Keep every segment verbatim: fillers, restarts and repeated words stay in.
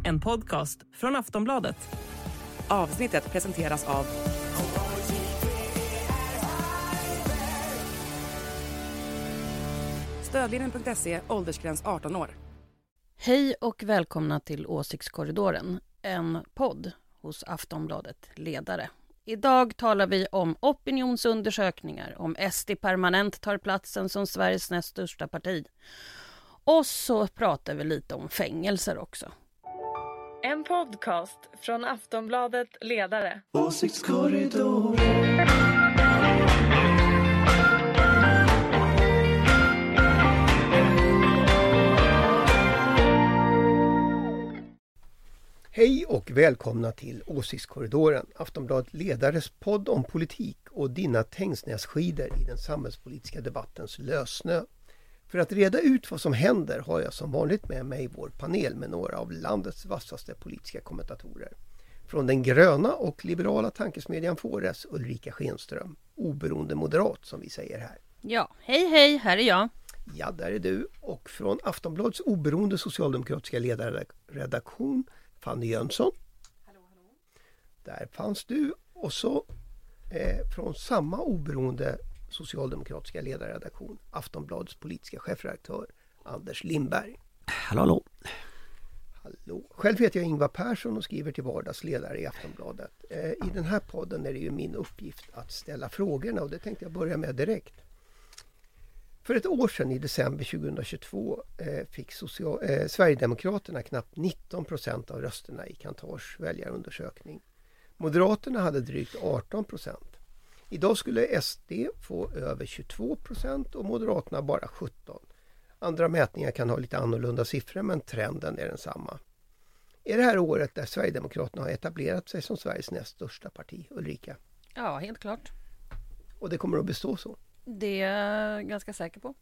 En podcast från Aftonbladet. Avsnittet presenteras av Stödlinjen punkt se, åldersgräns arton år. Hej och välkomna till Åsiktskorridoren, en podd hos Aftonbladet Ledare. Idag talar vi om opinionsundersökningar, om S D permanent tar platsen som Sveriges näst största parti. Och så pratar vi lite om fängelser också. En podcast från Aftonbladet Ledare. Åsiktskorridoren. Hej och välkomna till Åsiktskorridoren, Aftonbladet Ledares podd om politik och dina tängsnässkidor i den samhällspolitiska debattens lösnö. För att reda ut vad som händer har jag som vanligt med mig vår panel med några av landets vassaste politiska kommentatorer. Från den gröna och liberala tankesmedjan Fores, Ulrika Schenström, oberoende moderat som vi säger här. Ja, hej hej, här är jag. Ja, där är du. Och från Aftonbladets oberoende socialdemokratiska ledarredaktion, Fanny Jönsson. Hallå, hallå. Där fanns du. Och så eh, från samma oberoende socialdemokratiska ledarredaktion, Aftonbladets politiska chefredaktör Anders Lindberg. Hallå, hallå. Hallå. Själv heter jag Ingvar Persson och skriver till vardags ledare i Aftonbladet. Eh, I den här podden är det ju min uppgift att ställa frågorna och det tänkte jag börja med direkt. För ett år sedan i december tjugohundratjugotvå eh, fick social, eh, Sverigedemokraterna knappt nitton procent av rösterna i Kantars väljarundersökning. Moderaterna hade drygt arton procent. Idag skulle S D få över tjugotvå procent och Moderaterna bara sjutton. Andra mätningar kan ha lite annorlunda siffror men trenden är densamma. Är det här året där Sverigedemokraterna har etablerat sig som Sveriges näst största parti, Ulrika? Ja, helt klart. Och det kommer att bestå så? Det är jag ganska säker på.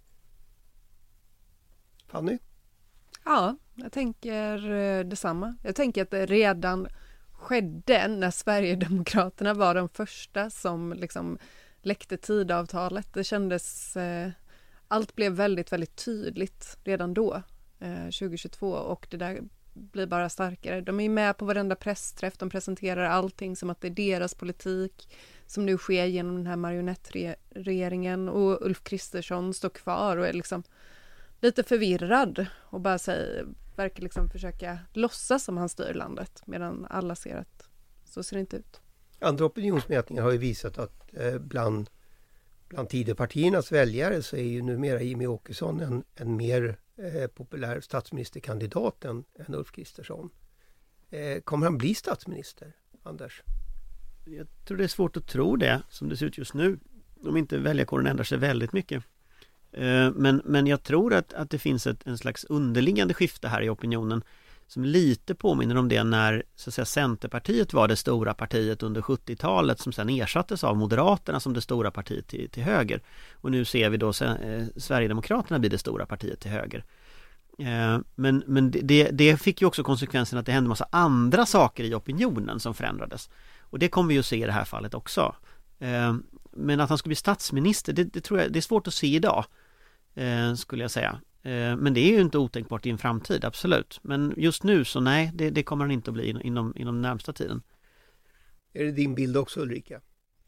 Fanny? Ja, jag tänker eh, detsamma. Jag tänker att det redan skedde när Sverigedemokraterna var de första som liksom läckte tidavtalet. Det kändes, eh, allt blev väldigt, väldigt tydligt redan då, eh, tjugohundratjugotvå, och det där blir bara starkare. De är med på varenda pressträff, de presenterar allting som att det är deras politik som nu sker genom den här marionettregeringen, och Ulf Kristersson står kvar och är liksom lite förvirrad och bara säger, verkar liksom försöka låtsas som han styr landet medan alla ser att så ser det inte ut. Andra opinionsmätningar har ju visat att eh, bland, bland Tidöpartiernas väljare så är ju numera Jimmie Åkesson en, en mer eh, populär statsministerkandidat än, än Ulf Kristersson. Eh, kommer han bli statsminister, Anders? Jag tror det är svårt att tro det som det ser ut just nu. Om inte väljarkåren ändrar sig väldigt mycket. Men, men jag tror att, att det finns ett en slags underliggande skifte här i opinionen som lite påminner om det när så att säga, Centerpartiet var det stora partiet under sjuttiotalet som sedan ersattes av Moderaterna som det stora partiet till, till höger. Och nu ser vi då eh, Sverigedemokraterna bli det stora partiet till höger. Eh, men men det, det fick ju också konsekvensen att det hände massa andra saker i opinionen som förändrades. Och det kommer vi ju se i det här fallet också. Eh, men att han skulle bli statsminister, det, det tror jag det är svårt att se idag. Eh, skulle jag säga. Eh, men det är ju inte otänkbart i en framtid, absolut. Men just nu så nej, det, det kommer han inte att bli in, inom, inom närmsta tiden. Är det din bild också, Ulrika?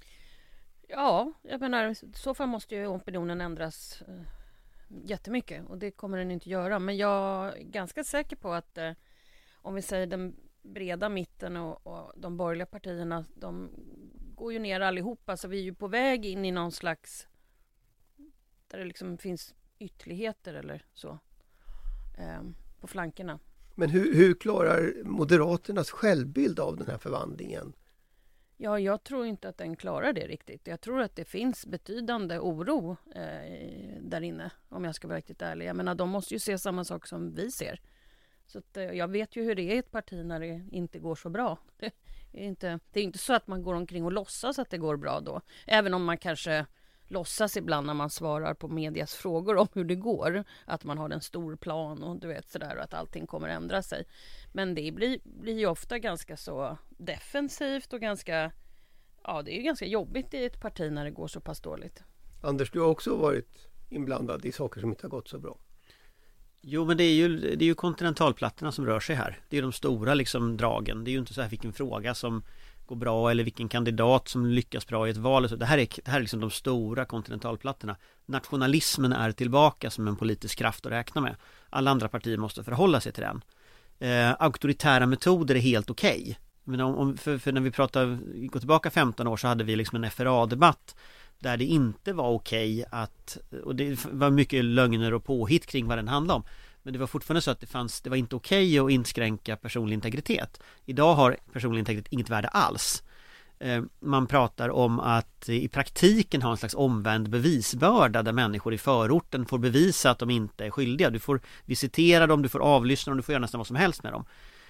Ja, jag menar, i så fall måste ju opinionen ändras eh, jättemycket och det kommer den inte göra. Men jag är ganska säker på att eh, om vi säger den breda mitten och, och de borgerliga partierna, de går ju ner allihopa, så vi är ju på väg in i någon slags där det liksom finns ytterligheter eller så eh, på flankerna. Men hur, hur klarar Moderaternas självbild av den här förvandlingen? Ja, jag tror inte att den klarar det riktigt. Jag tror att det finns betydande oro eh, där inne, om jag ska vara riktigt ärlig. Jag menar, de måste ju se samma sak som vi ser. Så att, eh, jag vet ju hur det är i ett parti när det inte går så bra. Det är inte, det är inte så att man går omkring och låtsas att det går bra då. Även om man kanske låtsas ibland när man svarar på medias frågor om hur det går. Att man har en stor plan och du vet sådär, och att allting kommer ändra sig. Men det blir, blir ju ofta ganska så defensivt och ganska, ja det är ju ganska jobbigt i ett parti när det går så pass dåligt. Anders, du har också varit inblandad i saker som inte har gått så bra. Jo, men det är ju, det är ju kontinentalplattorna som rör sig här. Det är de stora liksom dragen. Det är ju inte så här vilken fråga som går bra eller vilken kandidat som lyckas bra i ett val. Det här är, det här är liksom de stora kontinentalplattorna. Nationalismen är tillbaka som en politisk kraft att räkna med. Alla andra partier måste förhålla sig till den. Eh, auktoritära metoder är helt okej. Okay. Men om, om, för, för när vi pratar, går tillbaka femton år så hade vi liksom en F R A-debatt där det inte var okej okay att, och det var mycket lögner och påhitt kring vad den handlade om. Men det var fortfarande så att det fanns, det var inte okej att inskränka personlig integritet. Idag har personlig integritet inget värde alls. Man pratar om att i praktiken ha en slags omvänd bevisbörda där människor i förorten får bevisa att de inte är skyldiga. Du får visitera dem, du får avlyssna dem, du får göra nästan vad som helst med dem.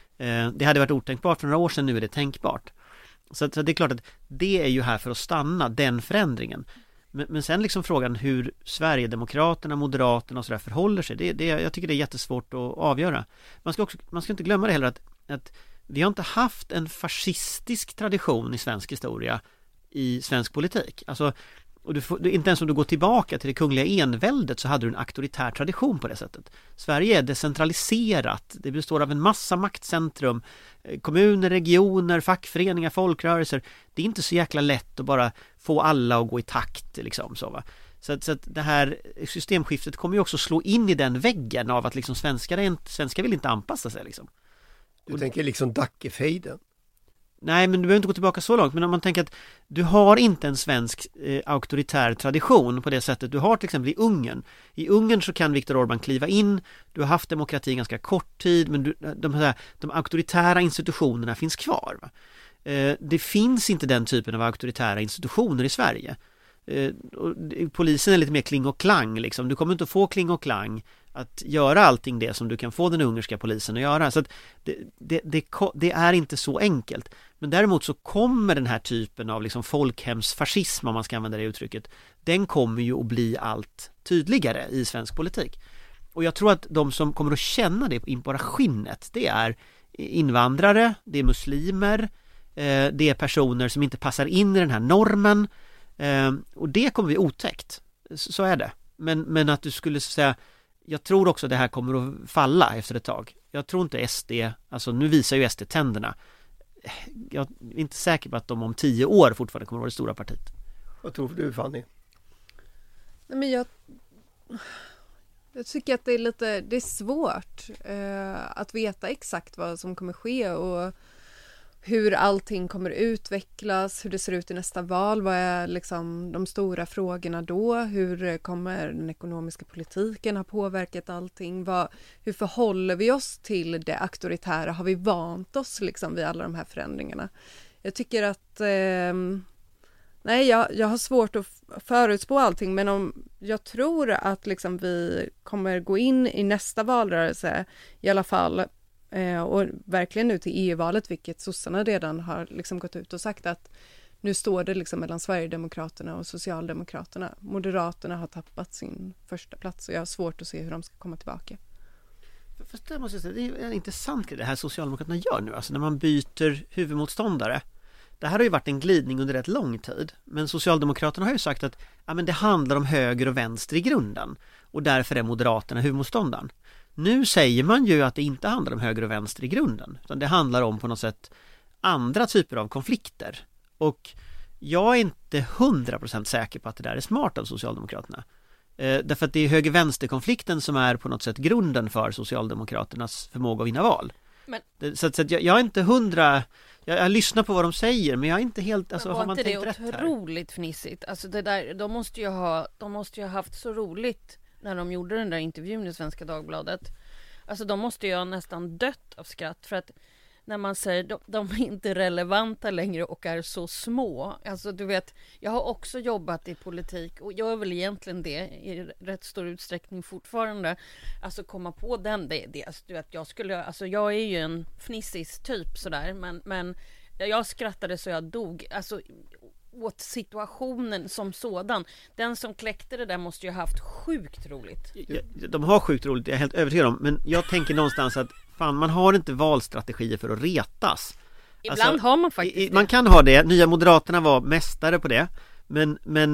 Det hade varit otänkbart för några år sedan, nu är det tänkbart. Så, så det är klart att det är ju här för att stanna, den förändringen. Men, men sen liksom frågan hur Sverigedemokraterna, Moderaterna och sådär förhåller sig, det, det, jag tycker det är jättesvårt att avgöra. Man ska, också, man ska inte glömma det heller att, att vi har inte haft en fascistisk tradition i svensk historia i svensk politik. Alltså, och du får, inte ens om du går tillbaka till det kungliga enväldet så hade du en auktoritär tradition på det sättet. Sverige är decentraliserat. Det består av en massa maktcentrum. Kommuner, regioner, fackföreningar, folkrörelser. Det är inte så jäkla lätt att bara få alla att gå i takt. Liksom, så, va? Så, att, så att det här systemskiftet kommer ju också slå in i den väggen av att liksom svenskar, är inte, svenskar vill inte anpassa sig. Liksom. Du och, tänker liksom Dackefejden. Nej, men du behöver inte gå tillbaka så långt. Men om man tänker att du har inte en svensk eh, auktoritär tradition på det sättet du har till exempel i Ungern. I Ungern så kan Viktor Orbán kliva in. Du har haft demokrati ganska kort tid, men du, de, här, de auktoritära institutionerna finns kvar. Va? Eh, det finns inte den typen av auktoritära institutioner i Sverige. Eh, och, polisen är lite mer kling och klang. Liksom. Du kommer inte att få kling och klang att göra allting det som du kan få den ungerska polisen att göra. Så att det, det, det, det är inte så enkelt. Men däremot så kommer den här typen av liksom folkhemsfascism, om man ska använda det uttrycket, den kommer ju att bli allt tydligare i svensk politik. Och jag tror att de som kommer att känna det in på bara skinnet, det är invandrare, det är muslimer, eh, det är personer som inte passar in i den här normen. Eh, och det kommer bli otäckt. Så, så är det. Men, men att du skulle säga, jag tror också att det här kommer att falla efter ett tag. Jag tror inte S D, alltså nu visar ju S D tänderna. Jag är inte säker på att de om tio år fortfarande kommer att vara det stora partiet. Vad tror du, Fanny? Nej, men jag, jag tycker att det är lite det är svårt eh, att veta exakt vad som kommer ske och hur allting kommer utvecklas, hur det ser ut i nästa val, vad är liksom de stora frågorna då, hur kommer den ekonomiska politiken ha påverkat allting, vad, hur förhåller vi oss till det auktoritära, har vi vant oss liksom vid alla de här förändringarna. Jag tycker att eh, nej, jag, jag har svårt att förutspå allting, men om jag tror att liksom vi kommer gå in i nästa valrörelse i alla fall. Eh, och verkligen nu till E U-valet, vilket sossarna redan har liksom gått ut och sagt att nu står det liksom mellan Sverigedemokraterna och Socialdemokraterna. Moderaterna har tappat sin första plats och jag har svårt att se hur de ska komma tillbaka. Fast det måste jag säga, det är en intressant grej det här Socialdemokraterna gör nu, alltså när man byter huvudmotståndare. Det här har ju varit en glidning under rätt lång tid, men Socialdemokraterna har ju sagt att ja, men det handlar om höger och vänster i grunden och därför är Moderaterna huvudmotståndaren. Nu säger man ju att det inte handlar om höger och vänster i grunden, utan det handlar om på något sätt andra typer av konflikter. Och jag är inte hundra procent säker på att det där är smart av Socialdemokraterna. Eh, därför att det är höger-vänster-konflikten som är på något sätt grunden för Socialdemokraternas förmåga att vinna val. Men... Det, så så att jag, jag är inte hundra... Jag, jag lyssnar på vad de säger, men jag är inte helt... Alltså, har man tänkt rätt här? Var inte det otroligt fnissigt? Alltså det där, de måste ju ha, de måste ju ha haft så roligt när de gjorde den där intervjun i Svenska Dagbladet. Alltså de måste ju ha nästan dött av skratt för att när man säger de, de är inte relevanta längre och är så små. Alltså du vet, jag har också jobbat i politik och gör väl egentligen det i rätt stor utsträckning fortfarande. Alltså komma på den, det, det alltså, du vet, jag skulle, alltså jag är ju en fnissis typ sådär, men, men jag skrattade så jag dog. Alltså åt situationen som sådan. Den som kläckte det där måste ju ha haft sjukt roligt. De har sjukt roligt, jag är helt övertygad om. Men jag tänker någonstans att fan, man har inte valstrategier för att retas. Ibland alltså, har man faktiskt i, det. Man kan ha det. Nya Moderaterna var mästare på det. Men, men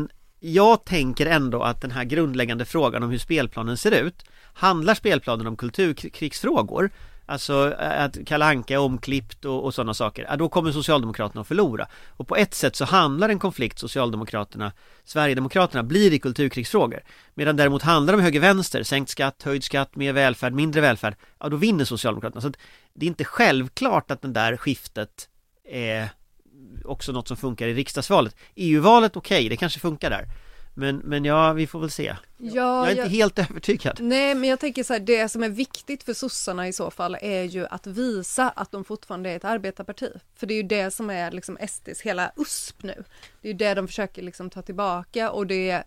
jag tänker ändå att den här grundläggande frågan om hur spelplanen ser ut, handlar spelplanen om kulturkrigsfrågor, alltså att Kalle Anka är omklippt och, och sådana saker, ja, då kommer Socialdemokraterna att förlora. Och på ett sätt så handlar en konflikt Socialdemokraterna, Sverigedemokraterna blir i kulturkrigsfrågor. Medan däremot handlar det om höger-vänster, sänkt skatt, höjd skatt, mer välfärd, mindre välfärd, ja då vinner Socialdemokraterna. Så att det är inte självklart att den där skiftet är också något som funkar i riksdagsvalet. E U-valet, okej, okay, det kanske funkar där. Men, men ja, vi får väl se. Ja, jag är inte jag, helt övertygad. Nej, men jag tänker så här, det som är viktigt för sossarna i så fall är ju att visa att de fortfarande är ett arbetarparti. För det är ju det som är liksom S D:s hela U S P nu. Det är ju det de försöker liksom ta tillbaka, och det är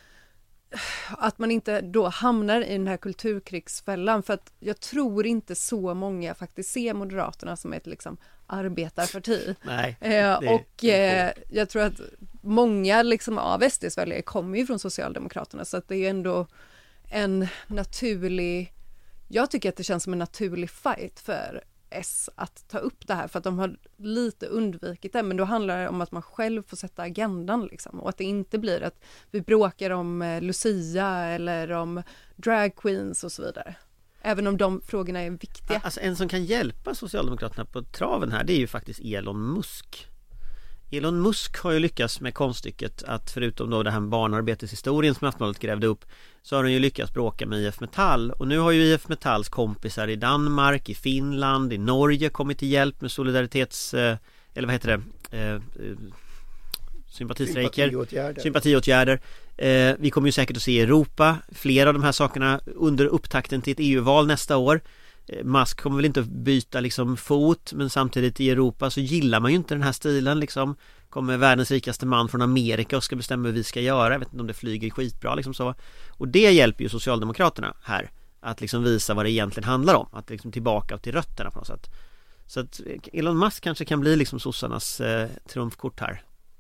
att man inte då hamnar i den här kulturkrigsfällan, för att jag tror inte så många faktiskt ser Moderaterna som ett liksom arbetarparti. Nej, eh, det, och det eh, jag tror att många liksom av S D:s väljare kommer ju från Socialdemokraterna, så att det är ändå en naturlig, jag tycker att det känns som en naturlig fight för S att ta upp det här, för att de har lite undvikit det, men då handlar det om att man själv får sätta agendan liksom, och att det inte blir att vi bråkar om Lucia eller om drag queens och så vidare. Även om de frågorna är viktiga. Alltså en som kan hjälpa Socialdemokraterna på traven här, det är ju faktiskt Elon Musk. Elon Musk har ju lyckats med konststycket att, förutom då det här barnarbeteshistorien som Aftonbladet grävde upp, så har han ju lyckats bråka med I F Metall. Och nu har ju I F Metalls kompisar i Danmark, i Finland, i Norge kommit till hjälp med solidaritets... Eller vad heter det? Eh, sympatistrejker. Sympatiåtgärder. Sympatiåtgärder. Eh, vi kommer ju säkert att se i Europa flera av de här sakerna under upptakten till ett E U-val nästa år. Musk kommer väl inte att byta liksom fot, men samtidigt i Europa så gillar man ju inte den här stilen liksom. Kommer världens rikaste man från Amerika och ska bestämma hur vi ska göra. Jag vet inte om det flyger skitbra liksom så. Och det hjälper ju Socialdemokraterna här att liksom visa vad det egentligen handlar om, att liksom tillbaka till rötterna på något sätt. Så att Elon Musk kanske kan bli liksom sossarnas eh, trumfkort här.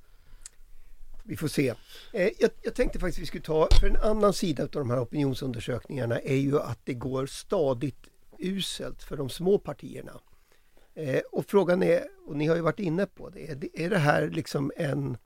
Vi får se. Eh, jag, jag tänkte faktiskt vi skulle ta, för en annan sida av de här opinionsundersökningarna är ju att det går stadigt uselt för de små partierna. Eh, och frågan är, och ni har ju varit inne på det, är det, är det här liksom en,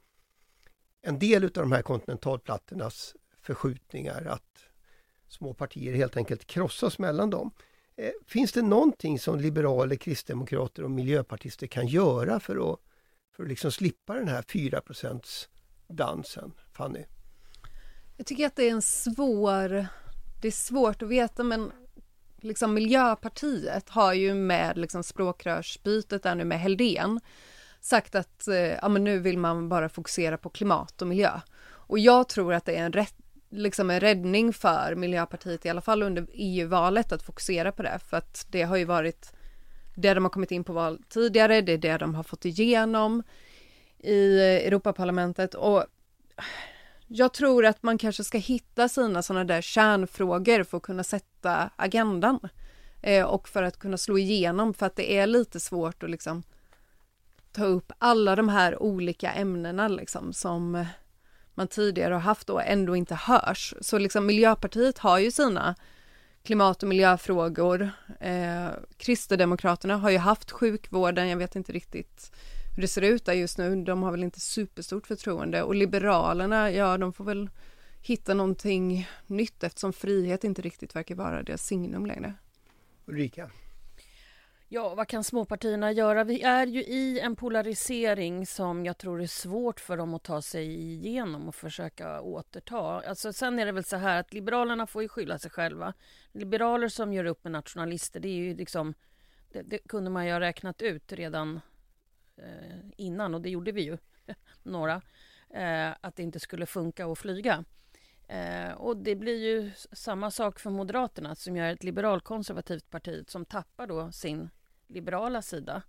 en del av de här kontinentalplattornas förskjutningar, att små partier helt enkelt krossas mellan dem? Eh, finns det någonting som liberaler, kristdemokrater och miljöpartister kan göra för att, för att liksom slippa den här fyra procents dansen, Fanny? Jag tycker att det är en svår, det är svårt att veta, men liksom Miljöpartiet har ju med liksom språkrörsbytet där nu med Helldén sagt att eh, ja, men nu vill man bara fokusera på klimat och miljö. Och jag tror att det är en, rätt, liksom en räddning för Miljöpartiet, i alla fall under E U-valet, att fokusera på det. För att det har ju varit det de har kommit in på val tidigare, det är det de har fått igenom i Europaparlamentet. Och jag tror att man kanske ska hitta sina sådana där kärnfrågor för att kunna sätta agendan. Eh, och för att kunna slå igenom, för att det är lite svårt att liksom ta upp alla de här olika ämnena liksom, som man tidigare har haft och ändå inte hörs. Så liksom Miljöpartiet har ju sina klimat- och miljöfrågor. Eh, Kristdemokraterna har ju haft sjukvården, jag vet inte riktigt hur det ser ut där just nu. De har väl inte superstort förtroende. Och Liberalerna, ja, de får väl hitta någonting nytt, eftersom frihet inte riktigt verkar vara deras signum längre. Ulrika? Ja, vad kan småpartierna göra? Vi är ju i en polarisering som jag tror är svårt för dem att ta sig igenom och försöka återta. Alltså, sen är det väl så här att Liberalerna får ju skylla sig själva. Liberaler som gör upp med nationalister, det är ju liksom, det, det kunde man ju ha räknat ut redan eh, innan, och det gjorde vi ju, några, eh, att det inte skulle funka att flyga. Eh, och det blir ju samma sak för Moderaterna, som är ett liberalkonservativt parti som tappar då sin liberala sida.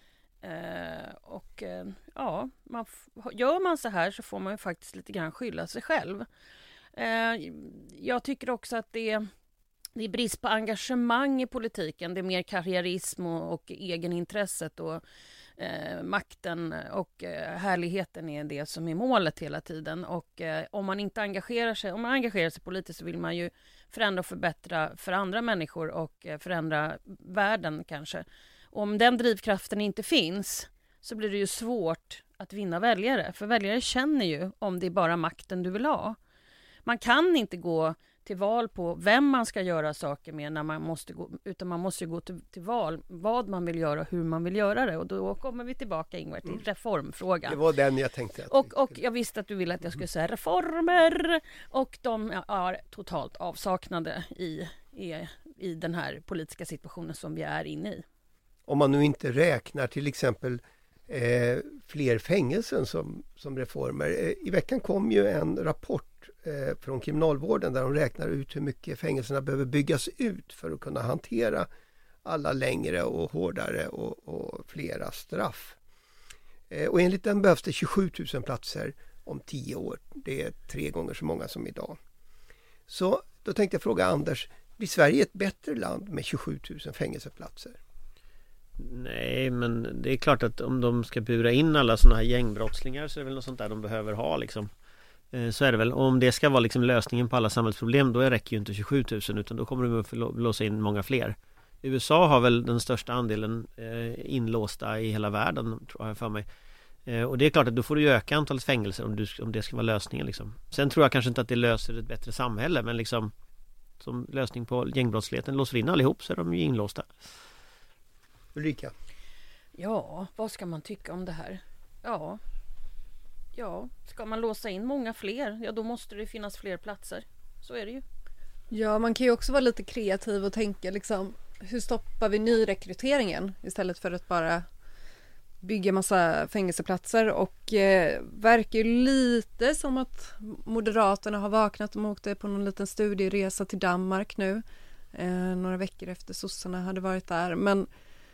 Eh, och eh, ja, man f- gör man så här så får man ju faktiskt lite grann skylla sig själv. Eh, jag tycker också att det är, det är brist på engagemang i politiken. Det är mer karriärism och, och egenintresset och Eh, makten och eh, härligheten är det som är målet hela tiden. Och eh, om man inte engagerar sig, om man engagerar sig politiskt, så vill man ju förändra och förbättra för andra människor och eh, förändra världen kanske. Och om den drivkraften inte finns, så blir det ju svårt att vinna väljare. För väljare känner ju om det är bara makten du vill ha. Man kan inte gå till val på vem man ska göra saker med när man måste gå, utan man måste gå till, till val vad man vill göra och hur man vill göra det. Och då kommer vi tillbaka, Ingvar, till reformfrågan. Det var den jag tänkte. Att och, och jag visste att du ville att jag skulle säga reformer, och de är totalt avsaknade i, i, i den här politiska situationen som vi är inne i. Om man nu inte räknar till exempel eh, fler fängelsen som, som reformer. Eh, I veckan kom ju en rapport eh, från kriminalvården där de räknar ut hur mycket fängelserna behöver byggas ut för att kunna hantera alla längre och hårdare och, och flera straff. Eh, och enligt den behövs det tjugosju tusen platser om tio år. Det är tre gånger så många som idag. Så då tänkte jag fråga Anders, blir Sverige ett bättre land med tjugosju tusen fängelseplatser? Nej, men det är klart att om de ska bura in alla sådana här gängbrottslingar så är det väl något sånt där de behöver ha liksom. Eh, så är det väl. Och om det ska vara liksom lösningen på alla samhällsproblem, då räcker ju inte tjugosju tusen, utan då kommer de att få låsa in många fler. U S A har väl den största andelen eh, inlåsta i hela världen, tror jag för mig. Eh, och det är klart att då får du öka antalet fängelser om, du, om det ska vara lösningen liksom. Sen tror jag kanske inte att det löser ett bättre samhälle, men liksom som lösning på gängbrottsligheten, låser in allihop så är de ju inlåsta. Ulrika? Ja, vad ska man tycka om det här? Ja, ja, ska man låsa in många fler, ja då måste det finnas fler platser. Så är det ju. Ja, man kan ju också vara lite kreativ och tänka liksom, hur stoppar vi nyrekryteringen istället för att bara bygga massa fängelseplatser, och eh, verkar ju lite som att Moderaterna har vaknat och åkte på någon liten studieresa till Danmark nu, eh, några veckor efter sossarna hade varit där. Men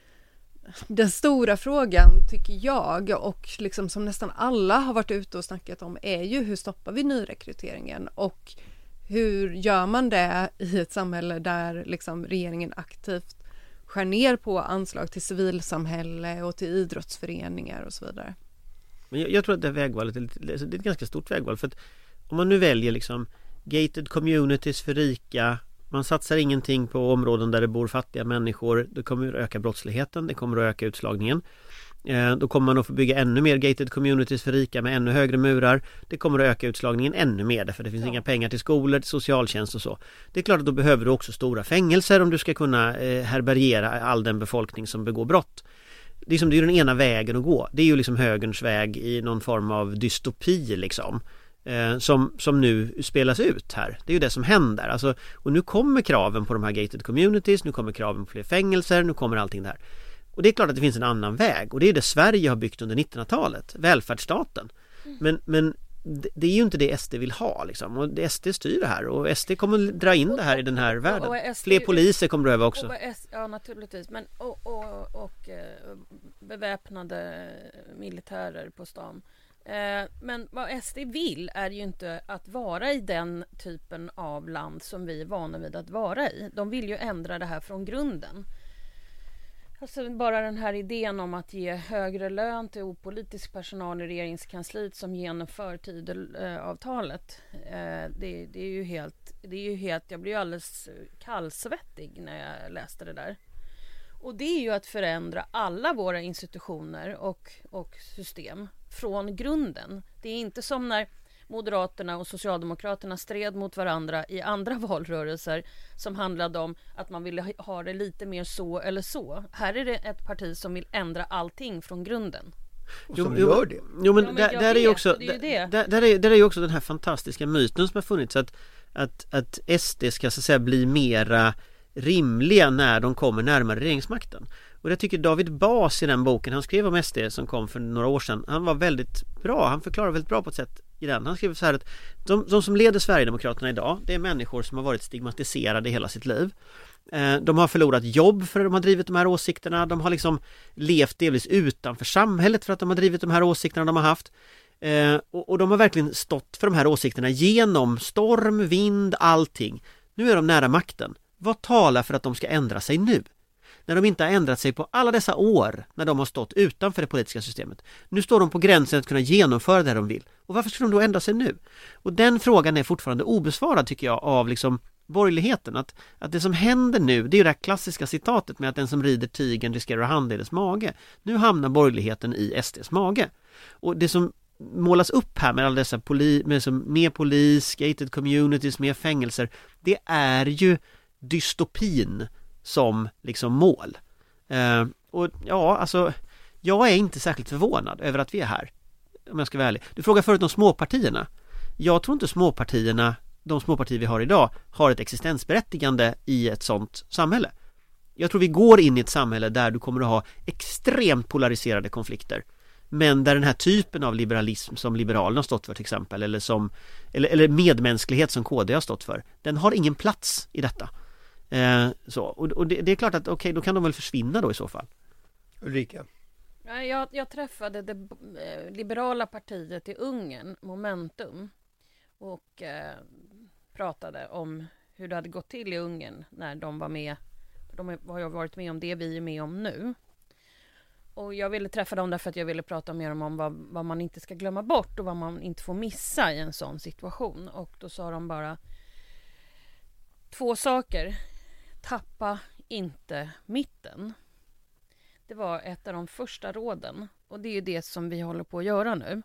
den stora frågan tycker jag, och liksom som nästan alla har varit ute och snackat om, är ju hur stoppar vi nyrekryteringen, och hur gör man det i ett samhälle där liksom regeringen aktivt skär ner på anslag till civilsamhälle och till idrottsföreningar och så vidare. Men jag, jag tror att det vägvalet är, lite, det är ett ganska stort vägval, för att om man nu väljer liksom gated communities för rika, man satsar ingenting på områden där det bor fattiga människor, det kommer att öka brottsligheten, det kommer att öka utslagningen. Eh, då kommer man att få bygga ännu mer gated communities för rika med ännu högre murar. Det kommer att öka utslagningen ännu mer, därför det finns ja. inga pengar till skolor, till socialtjänst och så. Det är klart att då behöver du också stora fängelser om du ska kunna eh, härbärgera all den befolkning som begår brott. Det är, som, det är ju den ena vägen att gå. Det är ju liksom högerns väg i någon form av dystopi liksom. Eh, som, som nu spelas ut här. Det är ju det som händer. Alltså, och nu kommer kraven på de här gated communities, nu kommer kraven på fler fängelser, nu kommer allting där. Och det är klart att det finns en annan väg. Och det är det Sverige har byggt under nittonhundratalet. Välfärdsstaten. Mm. Men, men det är ju inte det S D vill ha. Liksom. Och det S D styr det här. Och S D kommer dra in det här i den här världen. Och, och S D, fler poliser kommer det över också. Och S, ja, naturligtvis. Men, och och, och eh, beväpnade militärer på stan. Eh, men vad S D vill är ju inte att vara i den typen av land som vi är vana vid att vara i. De vill ju ändra det här från grunden. Alltså bara den här idén om att ge högre lön till opolitisk personal i regeringskansliet som genomför Tidöavtalet. Eh, det, det är ju helt, det är ju helt, jag blir ju alldeles kallsvettig när jag läste det där. Och det är ju att förändra alla våra institutioner och, och system från grunden. Det är inte som när Moderaterna och Socialdemokraterna stred mot varandra i andra valrörelser som handlade om att man ville ha det lite mer så eller så. Här är det ett parti som vill ändra allting från grunden. Och som jo, gör det. Jo, men ja, men där, där, är ju också, det är där, där, där, är, där är ju också den här fantastiska myten som har funnits att, att, att S D ska så att säga bli mera rimliga när de kommer närmare regeringsmakten. Och jag tycker David Bas i den boken han skrev om S D som kom för några år sedan, han var väldigt bra, han förklarar väldigt bra på ett sätt i den. Han skrev så här att de, de som leder Sverigedemokraterna idag, det är människor som har varit stigmatiserade hela sitt liv. Eh, de har förlorat jobb för att de har drivit de här åsikterna, de har liksom levt delvis utanför samhället för att de har drivit de här åsikterna de har haft. Eh, och, och de har verkligen stått för de här åsikterna genom storm, vind, allting. Nu är de nära makten. Vad talar för att de ska ändra sig nu? När de inte har ändrat sig på alla dessa år när de har stått utanför det politiska systemet. Nu står de på gränsen att kunna genomföra det de vill. Och varför ska de då ändra sig nu? Och den frågan är fortfarande obesvarad tycker jag av liksom borgerligheten. Att, att det som händer nu, det är ju det här klassiska citatet med att den som rider tigern riskerar att hamna i dess mage. Nu hamnar borgerligheten i S D:s mage. Och det som målas upp här med alla dessa poli, med som mer polis, gated communities, mer fängelser, det är ju dystopin som liksom mål. Eh, och ja, alltså jag är inte särskilt förvånad över att vi är här, om jag ska vara ärlig. Du frågar förut om småpartierna. Jag tror inte småpartierna, de småpartier vi har idag, har ett existensberättigande i ett sånt samhälle. Jag tror vi går in i ett samhälle där du kommer att ha extremt polariserade konflikter. Men där den här typen av liberalism som Liberalerna har stått för till exempel, eller, som, eller, eller medmänsklighet som K D har stått för, den har ingen plats i detta. Eh, så. Och, och det, det är klart att okej, okay, då kan de väl försvinna då i så fall. Ulrika? Jag, jag träffade det liberala partiet i Ungern, Momentum, och eh, pratade om hur det hade gått till i Ungern när de var med. De har ju varit med om det vi är med om nu. Och jag ville träffa dem därför att jag ville prata mer om vad, vad man inte ska glömma bort och vad man inte får missa i en sån situation. Och då sa de bara två saker. Tappa inte mitten. Det var ett av de första råden. Och det är ju det som vi håller på att göra nu.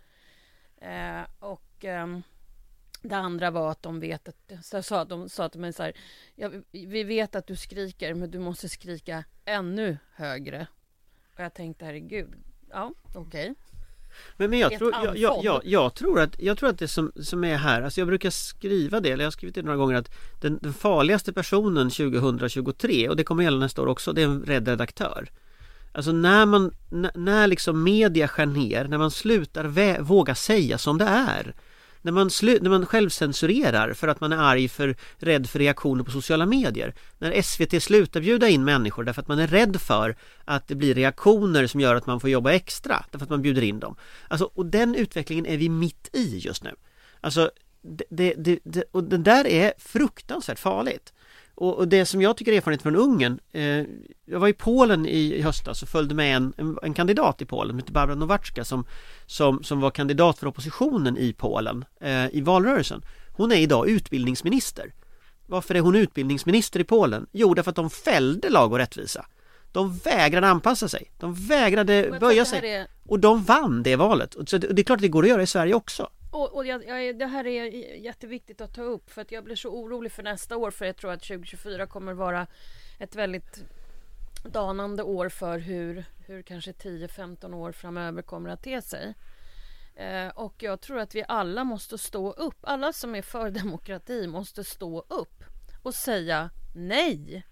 Eh, och eh, det andra var att de vet att, så sa, de sa till mig så här, ja, vi vet att du skriker, men du måste skrika ännu högre. Och jag tänkte, herregud, ja, okej. Okay. Men, men jag, tror, jag, jag, jag, jag, tror att, jag tror att det som, som är här, alltså jag brukar skriva det, eller jag har skrivit det några gånger, att den, den farligaste personen tjugohundratjugotre, och det kommer gälla nästa år också, det är en rädd redaktör. Alltså när man, när, när liksom media skär ner, när man slutar vä- våga säga som det är, när man, slu- när man självcensurerar för att man är arg, för rädd för reaktioner på sociala medier, när S V T slutar bjuda in människor därför att man är rädd för att det blir reaktioner som gör att man får jobba extra därför att man bjuder in dem. Alltså, och den utvecklingen är vi mitt i just nu. Alltså, det, det, det, det, och det där är fruktansvärt farligt. Och, och det som jag tycker är erfarenhet från Ungern, eh, jag var i Polen i, i höstas och följde med en, en, en kandidat i Polen, heter Barbara Nowacka, som, som, som var kandidat för oppositionen i Polen eh, i valrörelsen. Hon är idag utbildningsminister. Varför är hon utbildningsminister i Polen? Jo, därför att de fällde lag och rättvisa. De vägrade anpassa sig. De vägrade böja sig. Är... Och de vann det valet. Så det, det är klart att det går att göra i Sverige också. Och, och jag, jag, det här är jätteviktigt att ta upp, för att jag blir så orolig för nästa år, för jag tror att tjugohundratjugofyra kommer vara ett väldigt danande år för hur, hur kanske tio femton år framöver kommer att te sig. Eh, och jag tror att vi alla måste stå upp, alla som är för demokrati måste stå upp och säga nej.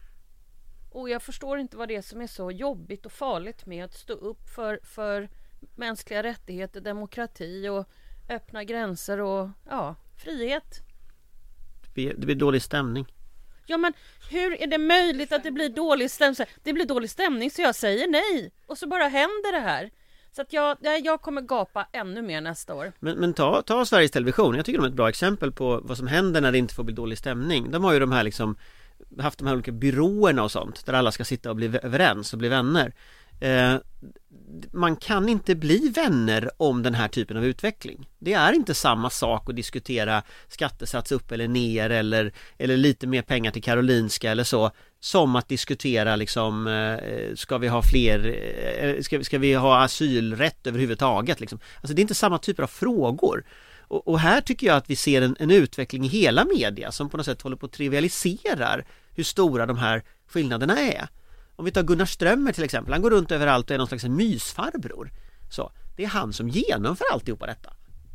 Och jag förstår inte vad det är som är så jobbigt och farligt med att stå upp för, för mänskliga rättigheter, demokrati och öppna gränser och ja, frihet. Det blir, det blir dålig stämning. Ja, men hur är det möjligt att det blir dålig stämning? Det blir dålig stämning så jag säger nej. Och så bara händer det här. Så att jag, jag kommer gapa ännu mer nästa år. Men, men ta, ta Sveriges Television. Jag tycker de är ett bra exempel på vad som händer när det inte får bli dålig stämning. De har ju de här liksom, haft de här olika byråerna och sånt, där alla ska sitta och bli överens och bli vänner. Eh, man kan inte bli vänner om den här typen av utveckling. Det är inte samma sak att diskutera skattesats upp eller ner, eller, eller lite mer pengar till Karolinska eller så, som att diskutera liksom, eh, ska vi ha fler eh, ska, ska vi ha asylrätt överhuvudtaget liksom. Alltså det är inte samma typer av frågor. Och, och här tycker jag att vi ser en, en utveckling i hela media som på något sätt håller på att trivialiserar hur stora de här skillnaderna är. Om vi tar Gunnar Strömmer till exempel, han går runt överallt och är någon slags mysfarbror. Så det är han som genomför alltihopa detta.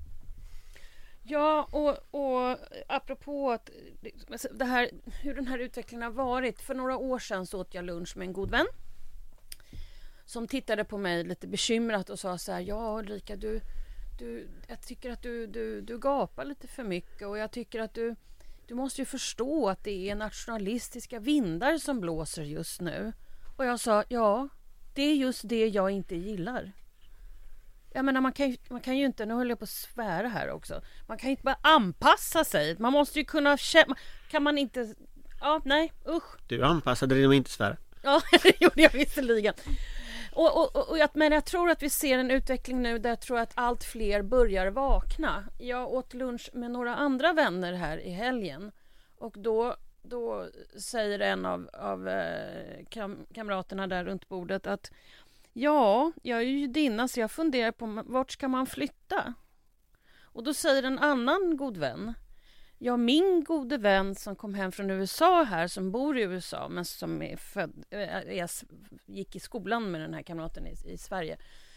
Ja, och, och apropå att det här, hur den här utvecklingen har varit. För några år sedan så åt jag lunch med en god vän som tittade på mig lite bekymrat och sa så här: ja Ulrika, du, du, jag tycker att du, du, du gapar lite för mycket, och jag tycker att du, du måste ju förstå att det är nationalistiska vindar som blåser just nu. Och jag sa, ja, det är just det jag inte gillar. Jag menar, man kan ju, man kan ju inte, nu håller jag på att svära här också, man kan ju inte bara anpassa sig. Man måste ju kunna, kan man inte, ja, nej, usch. Du anpassade dig nog inte svära. Ja, det gjorde jag visserligen. Och, och, och, och jag, men jag tror att vi ser en utveckling nu där jag tror att allt fler börjar vakna. Jag åt lunch med några andra vänner här i helgen. Och då, då säger en av, av eh, kam, kamraterna där runt bordet att ja, jag är ju judinna så jag funderar på vart ska man flytta? Och då säger en annan god vän, ja, min gode vän som kom hem från U S A här, som bor i U S A men som är född, är, gick i skolan med den här kamraten i, i Sverige,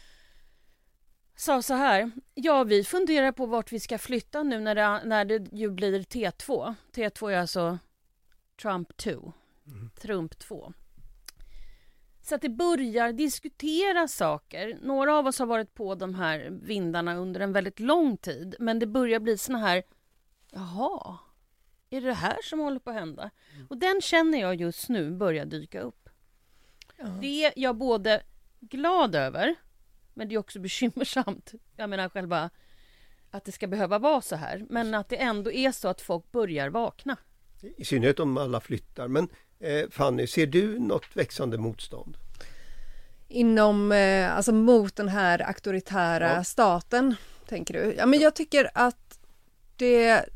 sa så här, ja, vi funderar på vart vi ska flytta nu när det, när det ju blir T två. T två är alltså Trump två. Mm. Trump två. Så att det börjar diskutera saker. Några av oss har varit på de här vindarna under en väldigt lång tid. Men det börjar bli såna här, jaha, är det här som håller på att hända? Mm. Och den känner jag just nu börjar dyka upp. Ja. Det är jag både glad över, men det är också bekymmersamt. Jag menar själva att det ska behöva vara så här. Men att det ändå är så att folk börjar vakna. I synnerhet om alla flyttar. Men eh, Fanny, ser du något växande motstånd? Inom, eh, alltså mot den här auktoritära ja. staten, tänker du? Ja, men jag tycker att det...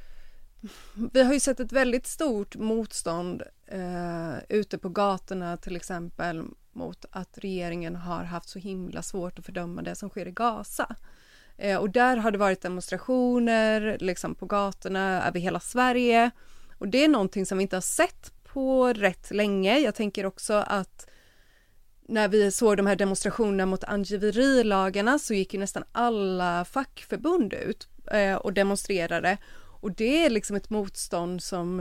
Vi har ju sett ett väldigt stort motstånd eh, ute på gatorna till exempel mot att regeringen har haft så himla svårt att fördöma det som sker i Gaza. Eh, och där har det varit demonstrationer liksom på gatorna över hela Sverige. Och det är någonting som vi inte har sett på rätt länge. Jag tänker också att när vi såg de här demonstrationerna mot angiverilagarna så gick ju nästan alla fackförbund ut eh, och demonstrerade. Och det är liksom ett motstånd som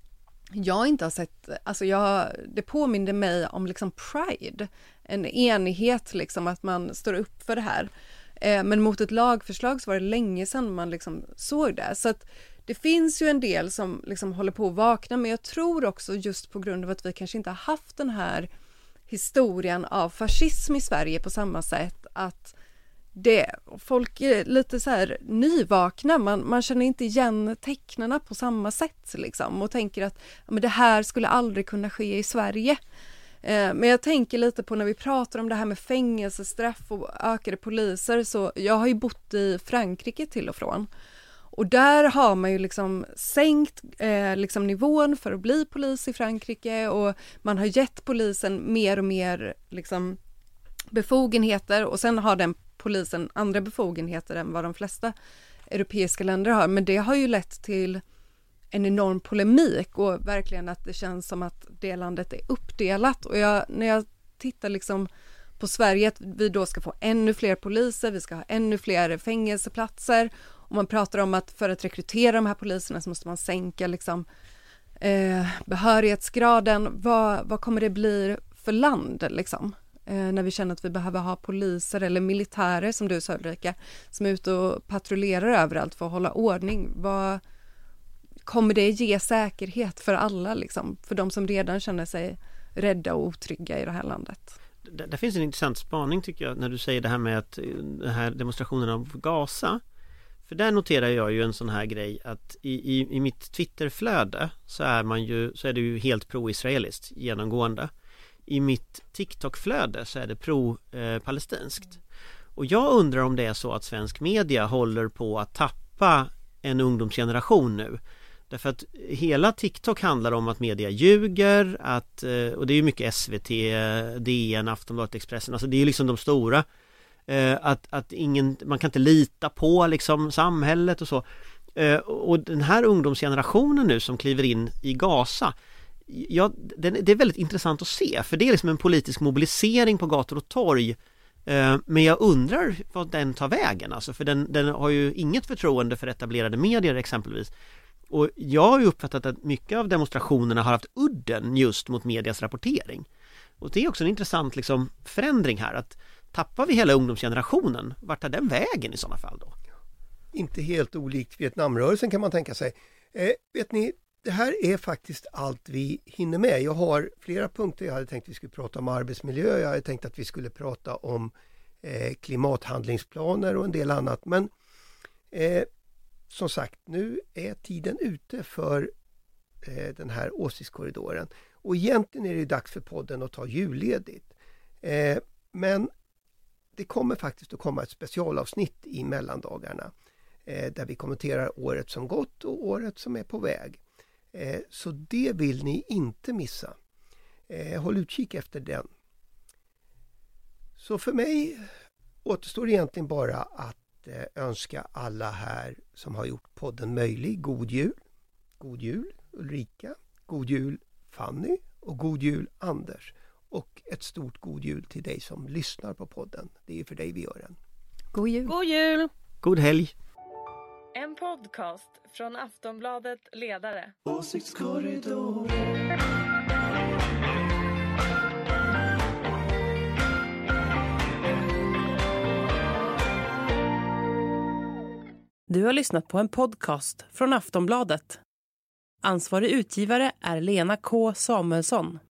jag inte har sett, alltså jag, det påminner mig om liksom Pride, en enighet liksom att man står upp för det här. Eh, men mot ett lagförslag så var det länge sedan man liksom såg det. Så att det finns ju en del som liksom håller på att vakna, men jag tror också just på grund av att vi kanske inte har haft den här historien av fascism i Sverige på samma sätt, att det, folk är lite så här nyvakna, man, man känner inte igen tecknarna på samma sätt liksom, och tänker att ja, men det här skulle aldrig kunna ske i Sverige. Eh, men jag tänker lite på när vi pratar om det här med fängelsestraff och ökade poliser, så jag har ju bott i Frankrike till och från. Och där har man ju liksom sänkt eh, liksom nivån för att bli polis i Frankrike, och man har gett polisen mer och mer liksom befogenheter, och sen har den polisen andra befogenheter än vad de flesta europeiska länder har. Men det har ju lett till en enorm polemik och verkligen att det känns som att det landet är uppdelat. Och jag, när jag tittar liksom på Sverige, att vi då ska få ännu fler poliser, vi ska ha ännu fler fängelseplatser. Och man pratar om att för att rekrytera de här poliserna så måste man sänka liksom, eh, behörighetsgraden. Vad, vad kommer det bli för land liksom? Eh, när vi känner att vi behöver ha poliser eller militärer, som du sa Ulrika, som är ute och patrullerar överallt för att hålla ordning. Vad kommer det ge säkerhet för alla liksom? För de som redan känner sig rädda och otrygga i det här landet. Det, det finns en intressant spaning tycker jag när du säger det här med att den här demonstrationen av Gaza. För där noterar jag ju en sån här grej att i, i, i mitt Twitterflöde så är man ju så är det ju helt pro-israeliskt genomgående. I mitt TikTok-flöde så är det pro-palestinskt. Och jag undrar om det är så att svensk media håller på att tappa en ungdomsgeneration nu. Därför att hela TikTok handlar om att media ljuger, att, och det är ju mycket S V T, D N, Aftonbladet, Expressen, alltså det är liksom de stora. Att, att ingen, man kan inte lita på liksom samhället och så. Och den här ungdomsgenerationen nu som kliver in i Gaza, ja, det är väldigt intressant att se, för det är liksom en politisk mobilisering på gator och torg. Men jag undrar vad den tar vägen, alltså, för den, den har ju inget förtroende för etablerade medier exempelvis. Och jag har ju uppfattat att mycket av demonstrationerna har haft udden just mot medias rapportering. Och det är också en intressant liksom, förändring här, att tappar vi hela ungdomsgenerationen, vart tar den vägen i sådana fall då? Inte helt olikt Vietnamrörelsen kan man tänka sig. Eh, vet ni, det här är faktiskt allt vi hinner med. Jag har flera punkter. Jag hade tänkt att vi skulle prata om arbetsmiljö. Jag hade tänkt att vi skulle prata om eh, klimathandlingsplaner och en del annat. Men eh, som sagt, nu är tiden ute för eh, den här åsiktskorridoren. Och egentligen är det dags för podden att ta julledigt. Eh, men det kommer faktiskt att komma ett specialavsnitt i mellandagarna eh, där vi kommenterar året som gått och året som är på väg. Eh, så det vill ni inte missa. Eh, håll utkik efter den. Så för mig återstår egentligen bara att eh, önska alla här som har gjort podden möjlig god jul. God jul Ulrika, god jul Fanny och god jul Anders. Och ett stort god jul till dig som lyssnar på podden. Det är för dig vi gör den. God jul! God jul! God helg! En podcast från Aftonbladet Ledare. Åsiktskorridor. Du har lyssnat på en podcast från Aftonbladet. Ansvarig utgivare är Lena K. Samuelsson.